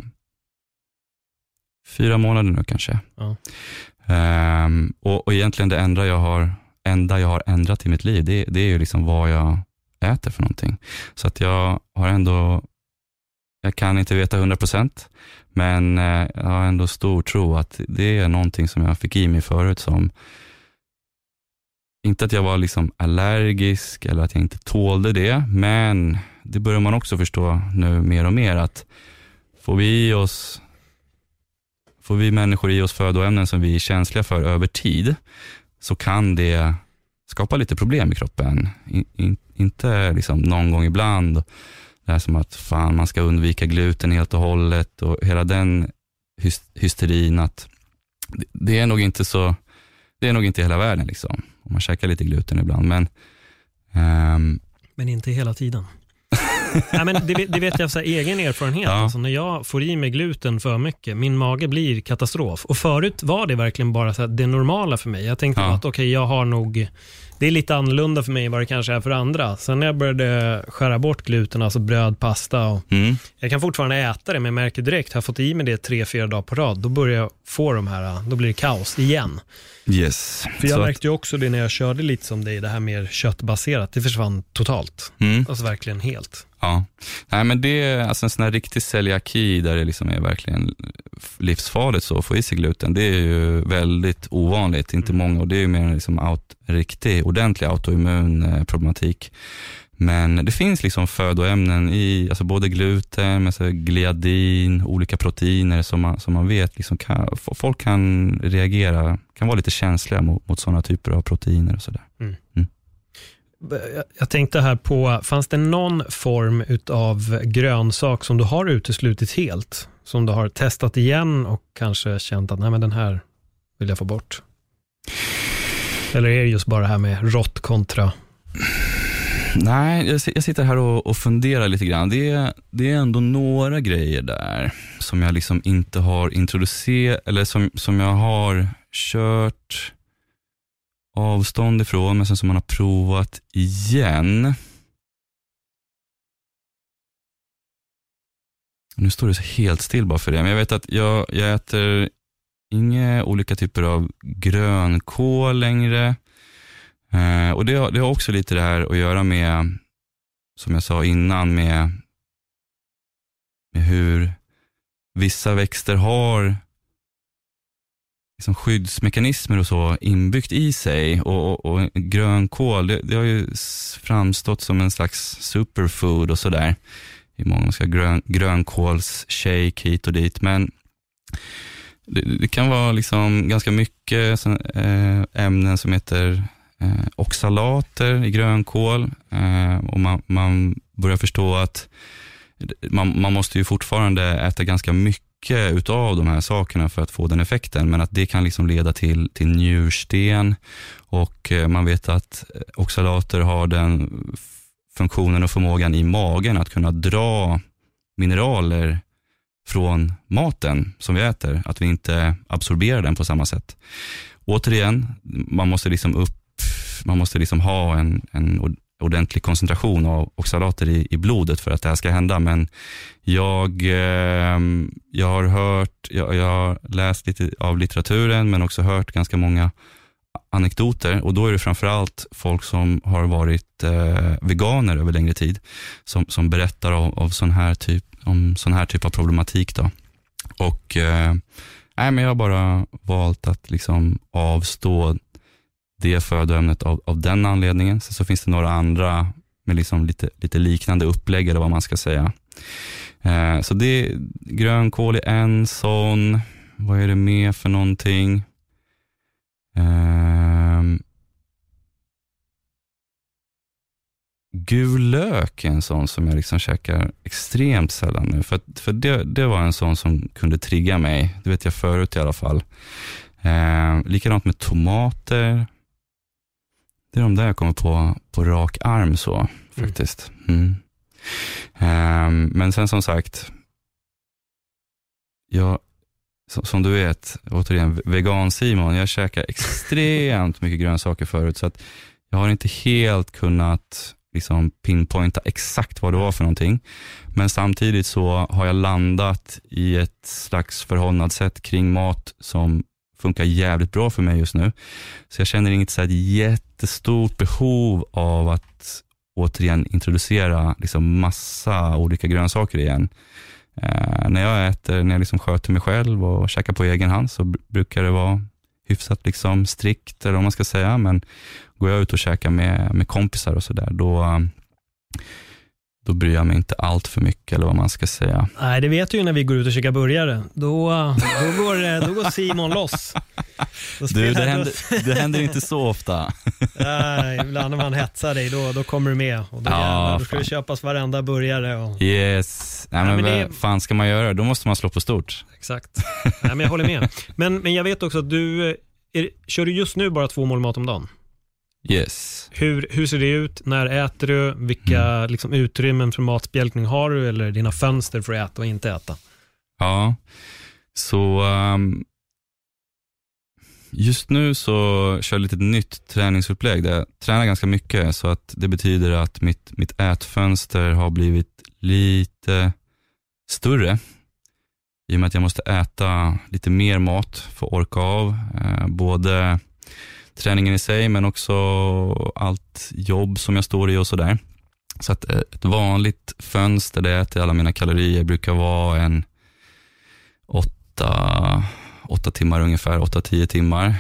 S3: 4 månader nu kanske. Ja. Och egentligen det enda jag har ändrat i mitt liv, det är ju liksom vad jag äter för någonting. Så att jag kan inte veta 100%, men jag har ändå stor tro att det är någonting som jag fick i mig förut, som inte att jag var liksom allergisk eller att jag inte tålde det, men det börjar man också förstå nu mer och mer, att får vi människor i oss födoämnen som vi är känsliga för över tid, så kan det skapa lite problem i kroppen. Inte liksom någon gång ibland. Det är som att man ska undvika gluten helt och hållet och hela den hysterin, att det är nog inte så, det är nog inte hela världen liksom. Om man käkar lite gluten ibland,
S2: men inte hela tiden. Nej, men det vet jag av egen erfarenhet. Ja. Alltså, när jag får i mig gluten för mycket, min mage blir katastrof. Och förut var det verkligen bara så här, det normala för mig. Jag tänkte att jag har nog, det är lite annorlunda för mig vad det kanske är för andra. Sen när jag började skära bort gluten, alltså bröd, pasta och jag kan fortfarande äta det, men jag märker direkt, har jag fått i mig det 3-4 dagar på rad, då börjar jag få de här, då blir det kaos igen.
S3: Yes.
S2: För jag märkte ju också det när jag körde lite som det här mer köttbaserat, det försvann totalt. Alltså verkligen helt.
S3: Ja, nej, men det är alltså en sån här riktig celiaki där det liksom är verkligen livsfarligt så att få i sig gluten. Det är ju väldigt ovanligt, inte många, och det är ju mer liksom riktig, ordentlig autoimmun problematik. Men det finns liksom födoämnen i, alltså både gluten, men så gliadin, olika proteiner som man vet liksom folk kan reagera, kan vara lite känsliga mot sådana typer av proteiner och sådär.
S2: Jag tänkte här på, fanns det någon form utav grönsak som du har uteslutit helt? Som du har testat igen och kanske känt att nej, men den här vill jag få bort? Eller är det just bara det här med rått kontra?
S3: Nej, jag sitter här och funderar lite grann. Det är ändå några grejer där som jag liksom inte har introducerat, eller som jag har kört avstånd ifrån, men sen som man har provat igen. Nu står det så helt still bara för det, men jag vet att jag äter inga olika typer av grönkål längre. Och det har också lite det här att göra med, som jag sa innan, med hur vissa växter har liksom skyddsmekanismer och så inbyggt i sig, och grönkål, det har ju framstått som en slags superfood och sådär. I många ska grönkålsshake hit och dit, men det kan vara liksom ganska mycket ämnen som heter oxalater i grönkål, och man börjar förstå att man måste ju fortfarande äta ganska mycket utav de här sakerna för att få den effekten, men att det kan liksom leda till njursten, och man vet att oxalater har den funktionen och förmågan i magen att kunna dra mineraler från maten som vi äter, att vi inte absorberar den på samma sätt. Återigen, man måste liksom ha ordentlig koncentration av oxalater i blodet för att det här ska hända. Men jag har läst lite av litteraturen, men också hört ganska många anekdoter, och då är det framförallt folk som har varit veganer över längre tid som berättar om sån här typ av problematik då. Och men jag har bara valt att liksom avstå det födoämnet av den anledningen. Så finns det några andra med liksom lite liknande upplägg, eller vad man ska säga. Så det grönkål är en sån. Vad är det mer för någonting? Gul lök är en sån som jag liksom käkar extremt sällan nu. För det var en sån som kunde trigga mig. Det vet jag förut i alla fall. Likadant med tomater. Det är de där jag kommer på rak arm så faktiskt. Men sen som sagt, som du vet, återigen, vegan Simon, jag käkar extremt mycket grönsaker förut, så att jag har inte helt kunnat liksom pinpointa exakt vad det var för någonting. Men samtidigt så har jag landat i ett slags förhållnadssätt kring mat som funkar jävligt bra för mig just nu. Så jag känner inget så här jättestort behov av att återigen introducera liksom massa olika grönsaker igen. När jag liksom sköter mig själv och käkar på egen hand, så brukar det vara hyfsat liksom strikt, eller vad man ska säga. Men går jag ut och käkar med kompisar och sådär, då bryr jag mig inte allt för mycket, eller vad man ska säga.
S2: Nej, det vet du ju när vi går ut och käkar burgare. Då går Simon loss.
S3: Det händer inte så ofta.
S2: Nej, ibland när man hetsar dig, då kommer du med. Och då ska det köpas varenda burgare.
S3: Yes. Nej, men vad fan ska man göra? Då måste man slå på stort.
S2: Exakt. Nej, men jag håller med. Men jag vet också att kör du just nu bara 2 mål mat om dagen?
S3: Yes.
S2: Hur ser det ut? När äter du? Vilka liksom, utrymmen för matspjälkning har du? Eller dina fönster för att äta och inte äta?
S3: Ja, så just nu så kör jag lite nytt träningsupplägg där jag tränar ganska mycket, så att det betyder att mitt ätfönster har blivit lite större, i och med att jag måste äta lite mer mat för att orka av både träningen i sig, men också allt jobb som jag står i och sådär. Så att ett vanligt fönster där jag äter alla mina kalorier brukar vara en 8 timmar ungefär, 8-10 timmar.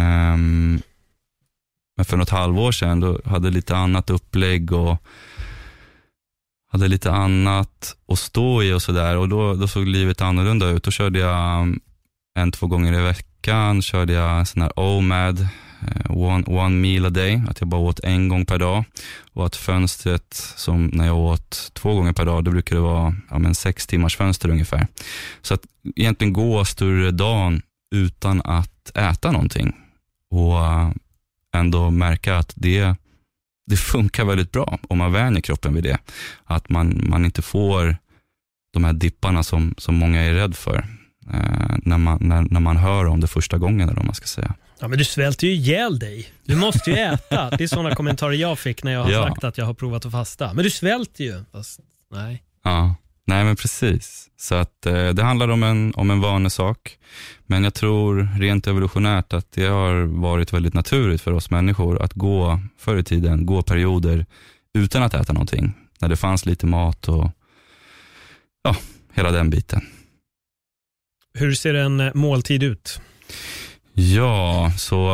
S3: Men för något halvår sedan då hade jag lite annat upplägg och hade lite annat att stå i och sådär, och då såg livet annorlunda ut. Då körde jag 1-2 gånger i veckan, körde jag sån här OMAD, one meal a day, att jag bara åt 1 gång per dag, och att fönstret som när jag åt 2 gånger per dag, då brukar det vara 6 timmars fönster ungefär. Så att egentligen gå större dagen utan att äta någonting, och ändå märka att det funkar väldigt bra om man vänjer kroppen vid det. Att man inte får de här dipparna som många är rädd för när man hör om det första gången, eller vad man ska säga.
S2: Ja, men du svälter ju ihjäl dig. Du måste ju äta. Det är sådana kommentarer jag fick när jag har sagt att jag har provat att fasta. Men du svälter ju. Fast, nej.
S3: Ja, nej men precis. Så att det handlar om en vanesak. Men jag tror rent evolutionärt att det har varit väldigt naturligt för oss människor att förr i tiden gå perioder utan att äta någonting. När det fanns lite mat och hela den biten.
S2: Hur ser en måltid ut?
S3: Ja, så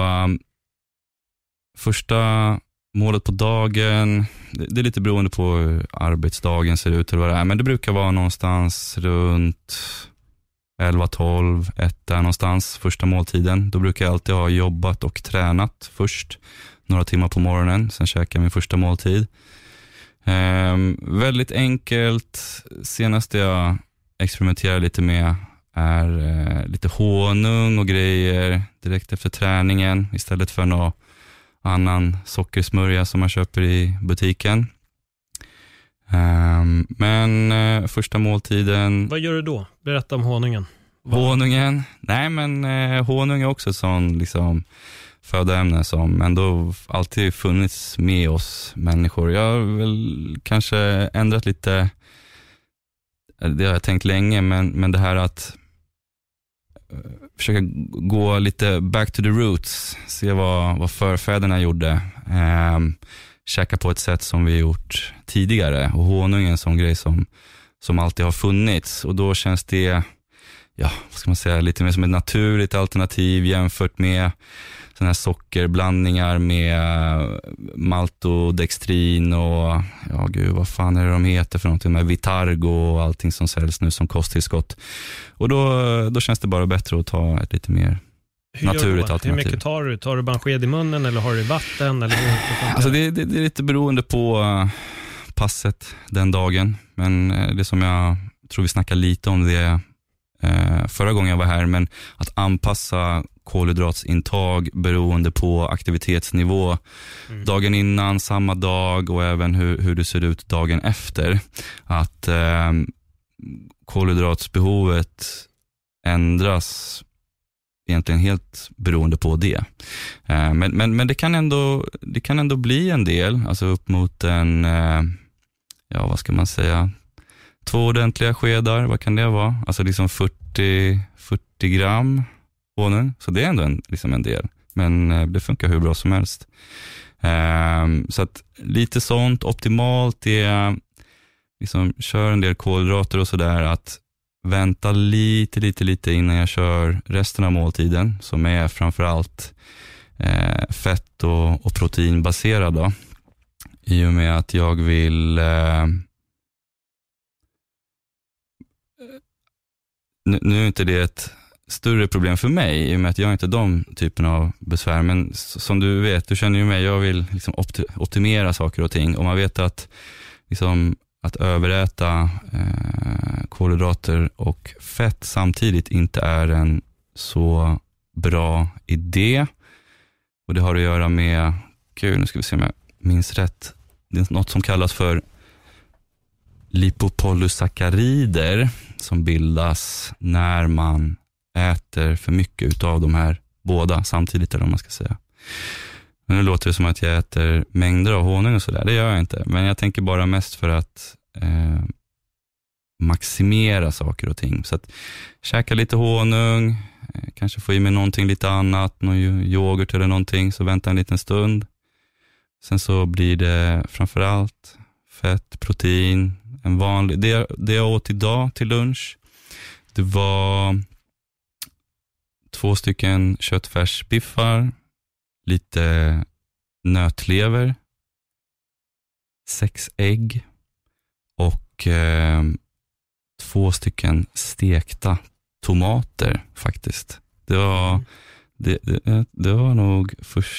S3: första målet på dagen, det är lite beroende på hur arbetsdagen ser ut eller vad det är, men det brukar vara någonstans runt 11-12, 1 där någonstans, första måltiden. Då brukar jag alltid ha jobbat och tränat först några timmar på morgonen, sen käkar jag min första måltid. Väldigt enkelt. Senaste jag experimenterar lite med är lite honung och grejer direkt efter träningen, istället för någon annan sockersmörja som man köper i butiken. Men första måltiden...
S2: Vad gör du då? Berätta om honungen.
S3: Honungen? Nej, men honung är också sån liksom födoämnen som ändå alltid funnits med oss människor. Jag har väl kanske ändrat lite, det har jag tänkt länge, men det här att försöka gå lite back to the roots, se vad förfäderna gjorde, käka på ett sätt som vi gjort tidigare, och honung är en sån grej som alltid har funnits, och då känns det, vad ska man säga, lite mer som ett naturligt alternativ jämfört med sådana här sockerblandningar med maltodextrin och vad fan är det de heter för någonting, med Vitargo och allting som säljs nu som kosttillskott. Och då känns det bara bättre att ta ett lite mer naturligt alternativ.
S2: Hur mycket tar du? Tar du bara en sked i munnen eller har du vatten? Eller
S3: alltså det är lite beroende på passet den dagen, men det som jag tror vi snackade lite om det förra gången jag var här, men att anpassa kolhydratsintag beroende på aktivitetsnivå dagen innan, samma dag och även hur det ser ut dagen efter. Att kolhydratsbehovet ändras egentligen helt beroende på det. Men det kan ändå bli en del, alltså upp mot en, vad ska man säga, 2 ordentliga skedar, vad kan det vara? Alltså liksom 40 gram honung, så det är ändå en del. Men det funkar hur bra som helst. Så att lite sånt optimalt är liksom, kör en del kolhydrater och sådär, att vänta lite innan jag kör resten av måltiden, som är framförallt fett och proteinbaserad då. I och med att jag vill nu är inte det ett större problem för mig, i och med att jag inte har de typen av besvär, men som du vet, du känner ju mig, jag vill liksom optimera saker och ting, och man vet att liksom, att överäta kolhydrater och fett samtidigt inte är en så bra idé, och det har att göra med, nu ska vi se om jag minns rätt, det är något som kallas för lipopolysackarider som bildas när man äter för mycket utav de här båda samtidigt, eller om man ska säga. Men nu låter det som att jag äter mängder av honung och sådär. Det gör jag inte, men jag tänker bara mest för att maximera saker och ting. Så att käka lite honung, kanske få i mig någonting lite annat, någon yoghurt eller någonting, så vänta en liten stund. Sen så blir det framförallt fett, protein, en vanlig, det jag åt idag till lunch, det var 2 stycken köttfärsbiffar, lite nötlever, 6 ägg och 2 stycken stekta tomater faktiskt. Det var nog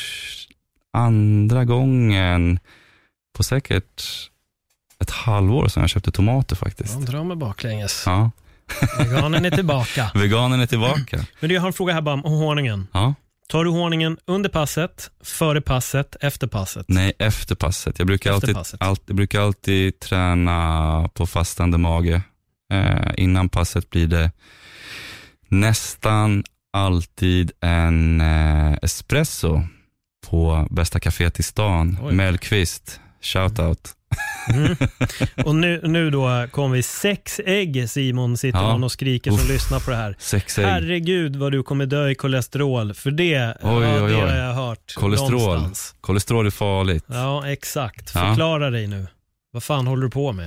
S3: andra gången på säkert ett halvår sedan jag köpte tomater faktiskt.
S2: De drar mig baklänges.
S3: Ja.
S2: Veganen är tillbaka.
S3: Veganen är tillbaka.
S2: Men jag har en fråga här bara om honungen.
S3: Ja.
S2: Tar du honungen under passet, före passet, efter passet?
S3: Nej, efter passet. Jag brukar alltid träna på fastande mage. Innan passet blir det nästan alltid en espresso på bästa kaféet i stan. Mellqvist, shoutout.
S2: Och nu då kommer vi 6 ägg, Simon sitter någon och skriker som lyssnar på det här.
S3: 6 ägg.
S2: Herregud vad du kommer dö i kolesterol, för det, det har jag hört någonstans.
S3: Kolesterol är farligt.
S2: Ja, exakt. Förklara dig nu. Vad fan håller du på med?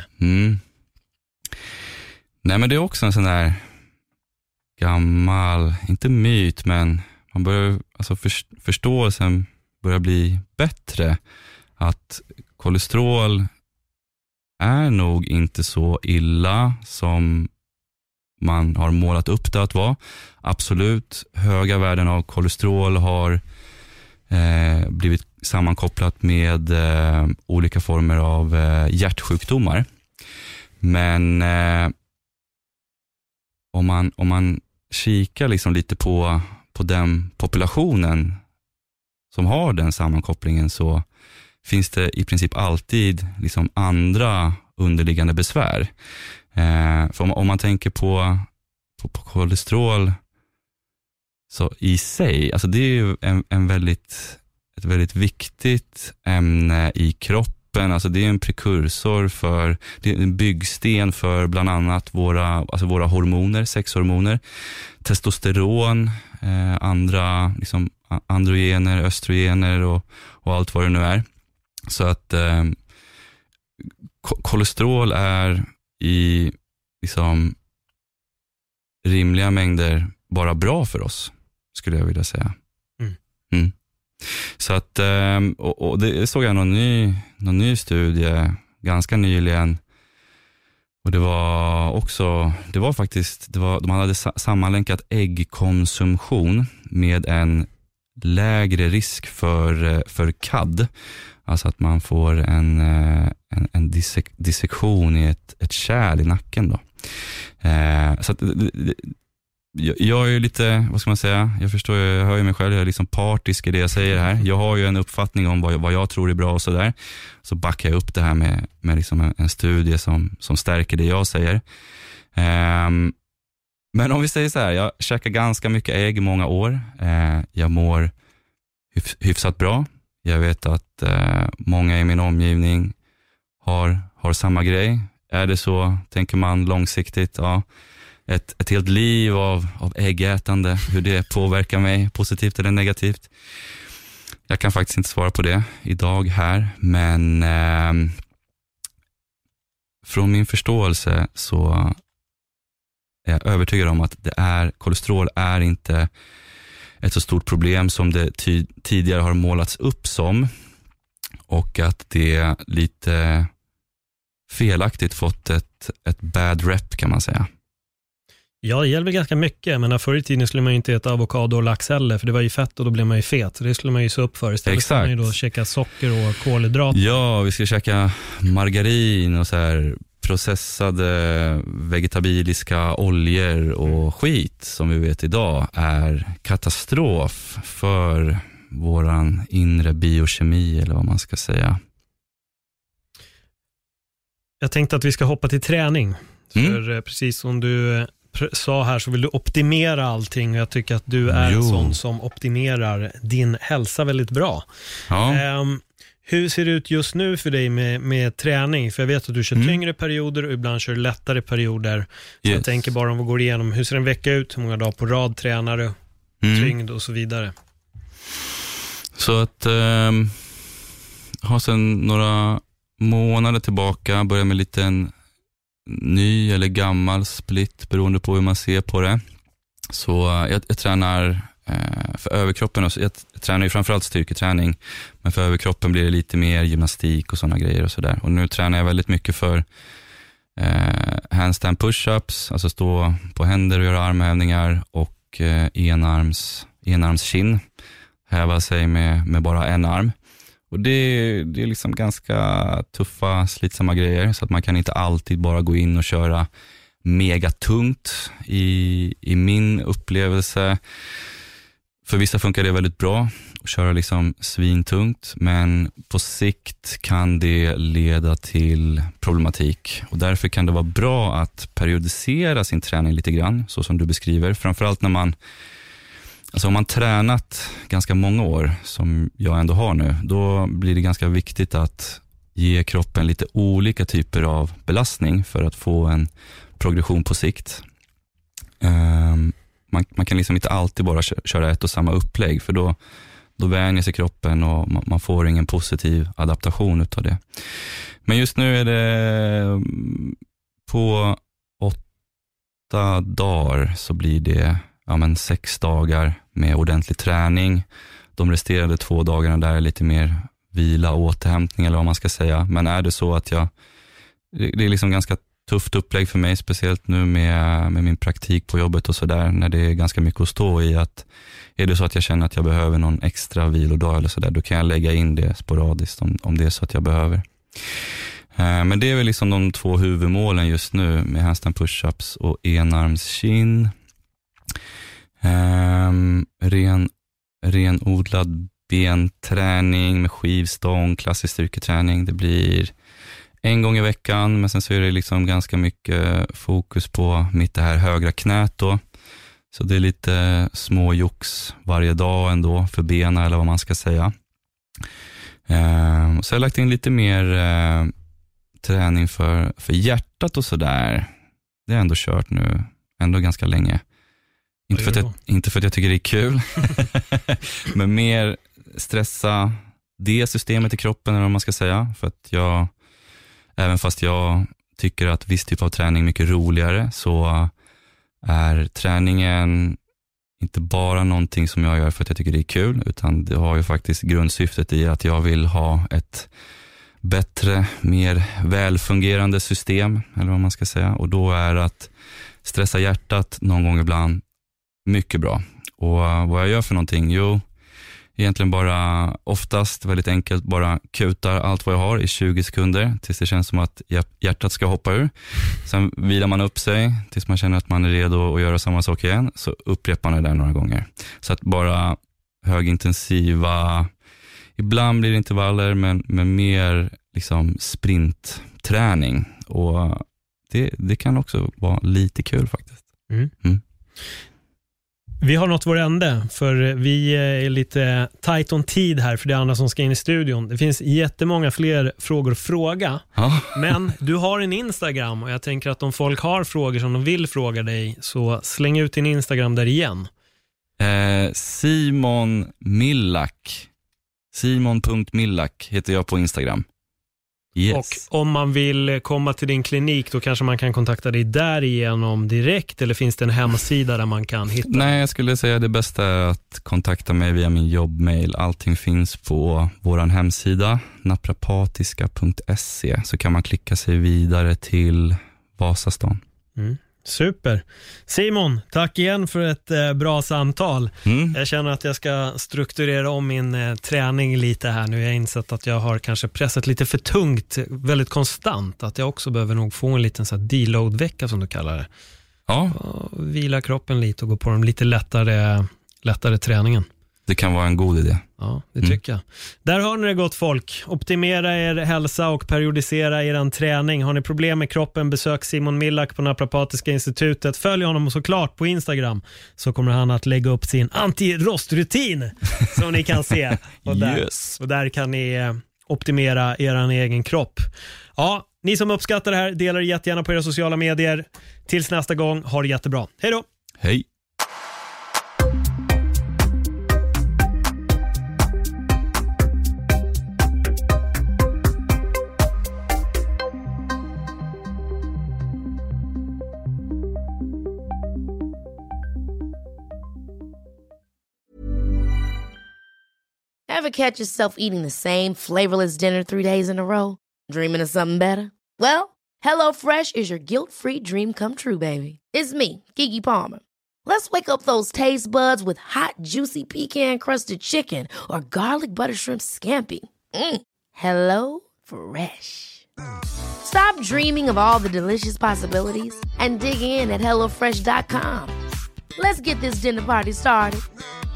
S3: Nej, men det är också en sån där gammal, inte myt, men man börjar, alltså förståelsen börjar bli bättre, att kolesterol är nog inte så illa som man har målat upp det att vara. Absolut, höga värden av kolesterol har blivit sammankopplat med olika former av hjärtsjukdomar. Men om man kikar liksom lite på den populationen som har den sammankopplingen, så finns det i princip alltid liksom andra underliggande besvär. För om man tänker på kolesterol, Så i sig, alltså det är ju ett väldigt viktigt ämne i kroppen. Alltså det är en prekursor det är en byggsten för bland annat våra hormoner, sexhormoner, testosteron, andra liksom androgener, östrogener och allt vad det nu är. Så att kolesterol är i liksom rimliga mängder bara bra för oss, skulle jag vilja säga. Så att och det såg jag någon ny studie ganska nyligen, och de hade sammanlänkat äggkonsumtion med en lägre risk för CAD, alltså att man får en dissektion i ett kärl i nacken då. Så att jag är ju lite, vad ska man säga, jag hör ju mig själv, jag är liksom partisk i det jag säger här. Jag har ju en uppfattning om vad jag tror är bra och sådär. Så backar jag upp det här med liksom en studie som stärker det jag säger. Men om vi säger så här, jag käkar ganska mycket ägg i många år. Jag mår hyfsat bra. Jag vet att många i min omgivning har samma grej. Är det så, tänker man långsiktigt, ja, ett helt liv av äggätande, hur det påverkar mig positivt eller negativt. Jag kan faktiskt inte svara på det idag här, men från min förståelse så är jag övertygad om att kolesterol är inte ett så stort problem som det tidigare har målats upp som, och att det lite felaktigt fått ett bad rep, kan man säga.
S2: Ja, det gäller ganska mycket, men förr i tiden skulle man ju inte äta avokado och lax heller, för det var ju fett och då blev man ju fet. Så det skulle man ju så upp för. Istället skulle man ju då käka socker och kolhydrater.
S3: Ja, vi skulle käka margarin och så här processade vegetabiliska oljor och skit som vi vet idag är katastrof för våran inre biokemi, eller vad man ska säga.
S2: Jag tänkte att vi ska hoppa till träning. För precis som du sa här så vill du optimera allting, och jag tycker att du är en sån som optimerar din hälsa väldigt bra. Ja. Hur ser det ut just nu för dig med träning? För jag vet att du kör tyngre perioder och ibland kör lättare perioder. Så jag tänker bara om vi går igenom, hur ser en vecka ut? Hur många dagar på rad tränar du? Tyngd och så vidare.
S3: Så att har sedan några månader tillbaka börjat med lite en ny eller gammal split beroende på hur man ser på det. Så jag tränar för överkroppen, och jag tränar ju framförallt styrketräning, men för överkroppen blir det lite mer gymnastik och sådana grejer och sådär. Och nu tränar jag väldigt mycket för handstand push-ups, alltså stå på händer och göra armhävningar, och enarmskinn, häva sig med bara en arm. Och det är liksom ganska tuffa, slitsamma grejer, så att man kan inte alltid bara gå in och köra megatungt i min upplevelse. För vissa funkar det väldigt bra att köra liksom svintungt, men på sikt kan det leda till problematik. Och därför kan det vara bra att periodisera sin träning lite grann, så som du beskriver. Framförallt när man, alltså om man tränat ganska många år, som jag ändå har nu, då blir det ganska viktigt att ge kroppen lite olika typer av belastning för att få en progression på sikt. Man kan liksom inte alltid bara köra ett och samma upplägg, för då vänjer sig kroppen och man får ingen positiv adaptation utav det. Men just nu är det på 8 dagar så blir det 6 dagar med ordentlig träning. De resterande 2 dagarna där är lite mer vila och återhämtning, eller vad man ska säga. Men är det så att det är liksom ganska tufft upplägg för mig, speciellt nu med min praktik på jobbet och sådär, när det är ganska mycket att stå i, att är det så att jag känner att jag behöver någon extra vilodag eller sådär, då kan jag lägga in det sporadiskt om det är så att jag behöver. Men det är väl liksom de 2 huvudmålen just nu med handstand push-ups och enarmskinn. Renodlad benträning med skivstång, klassisk styrketräning. Det blir 1 gång i veckan, men sen så är det liksom ganska mycket fokus på det här högra knät då. Så det är lite små jox varje dag ändå för benen eller vad man ska säga. Så jag har lagt in lite mer träning för hjärtat och sådär. Det är ändå kört nu, ändå ganska länge. Inte för att jag tycker det är kul, men mer stressa det systemet i kroppen eller vad man ska säga. För att även fast jag tycker att viss typ av träning är mycket roligare, så är träningen inte bara någonting som jag gör för att jag tycker det är kul, utan det har ju faktiskt grundsyftet i att jag vill ha ett bättre, mer välfungerande system, eller vad man ska säga. Och då är att stressa hjärtat någon gång ibland mycket bra. Och vad jag gör för någonting? Jo, egentligen bara oftast väldigt enkelt bara kutar allt vad jag har i 20 sekunder tills det känns som att hjärtat ska hoppa ur. Sen vilar man upp sig tills man känner att man är redo att göra samma sak igen, så upprepar man det där några gånger. Så att bara högintensiva, ibland blir det intervaller, men mer liksom sprintträning. Och det kan också vara lite kul faktiskt.
S2: Vi har nått vår ände, för vi är lite tight on tid här, för det är andra som ska in i studion. Det finns jättemånga fler frågor att fråga.
S3: Ja.
S2: Men du har en Instagram, och jag tänker att om folk har frågor som de vill fråga dig, så släng ut din Instagram där igen.
S3: Simon Millack. Simon.millack heter jag på Instagram. Yes.
S2: Och om man vill komma till din klinik, då kanske man kan kontakta dig därigenom direkt, eller finns det en hemsida där man kan hitta?
S3: Nej, jag skulle säga det bästa är att kontakta mig via min jobbmail. Allting finns på våran hemsida naprapatiska.se, så kan man klicka sig vidare till Vasastan.
S2: Super. Simon, tack igen för ett bra samtal. Jag känner att jag ska strukturera om min träning lite här nu. Jag har insett att jag har kanske pressat lite för tungt, väldigt konstant. Att jag också behöver nog få en liten så här deload-vecka som du kallar det.
S3: Ja.
S2: Och vila kroppen lite och gå på de lite lättare träningen.
S3: Det kan vara en god idé.
S2: Ja, det tycker jag. Där har ni det, gott folk. Optimera er hälsa och periodisera er träning. Har ni problem med kroppen, besök Simon Millack på Naprapatiska institutet. Följ honom såklart på Instagram, så kommer han att lägga upp sin anti-rostrutin som ni kan se. Och där kan ni optimera er egen kropp. Ja, ni som uppskattar det här, delar det jättegärna på era sociala medier. Tills nästa gång, ha det jättebra. Hej då!
S3: Hej!
S1: Ever catch yourself eating the same flavorless dinner 3 days in a row? Dreaming of something better? Well, HelloFresh is your guilt-free dream come true, baby. It's me, Keke Palmer. Let's wake up those taste buds with hot, juicy pecan-crusted chicken or garlic butter shrimp scampi. Hello Fresh. Stop dreaming of all the delicious possibilities and dig in at HelloFresh.com. Let's get this dinner party started.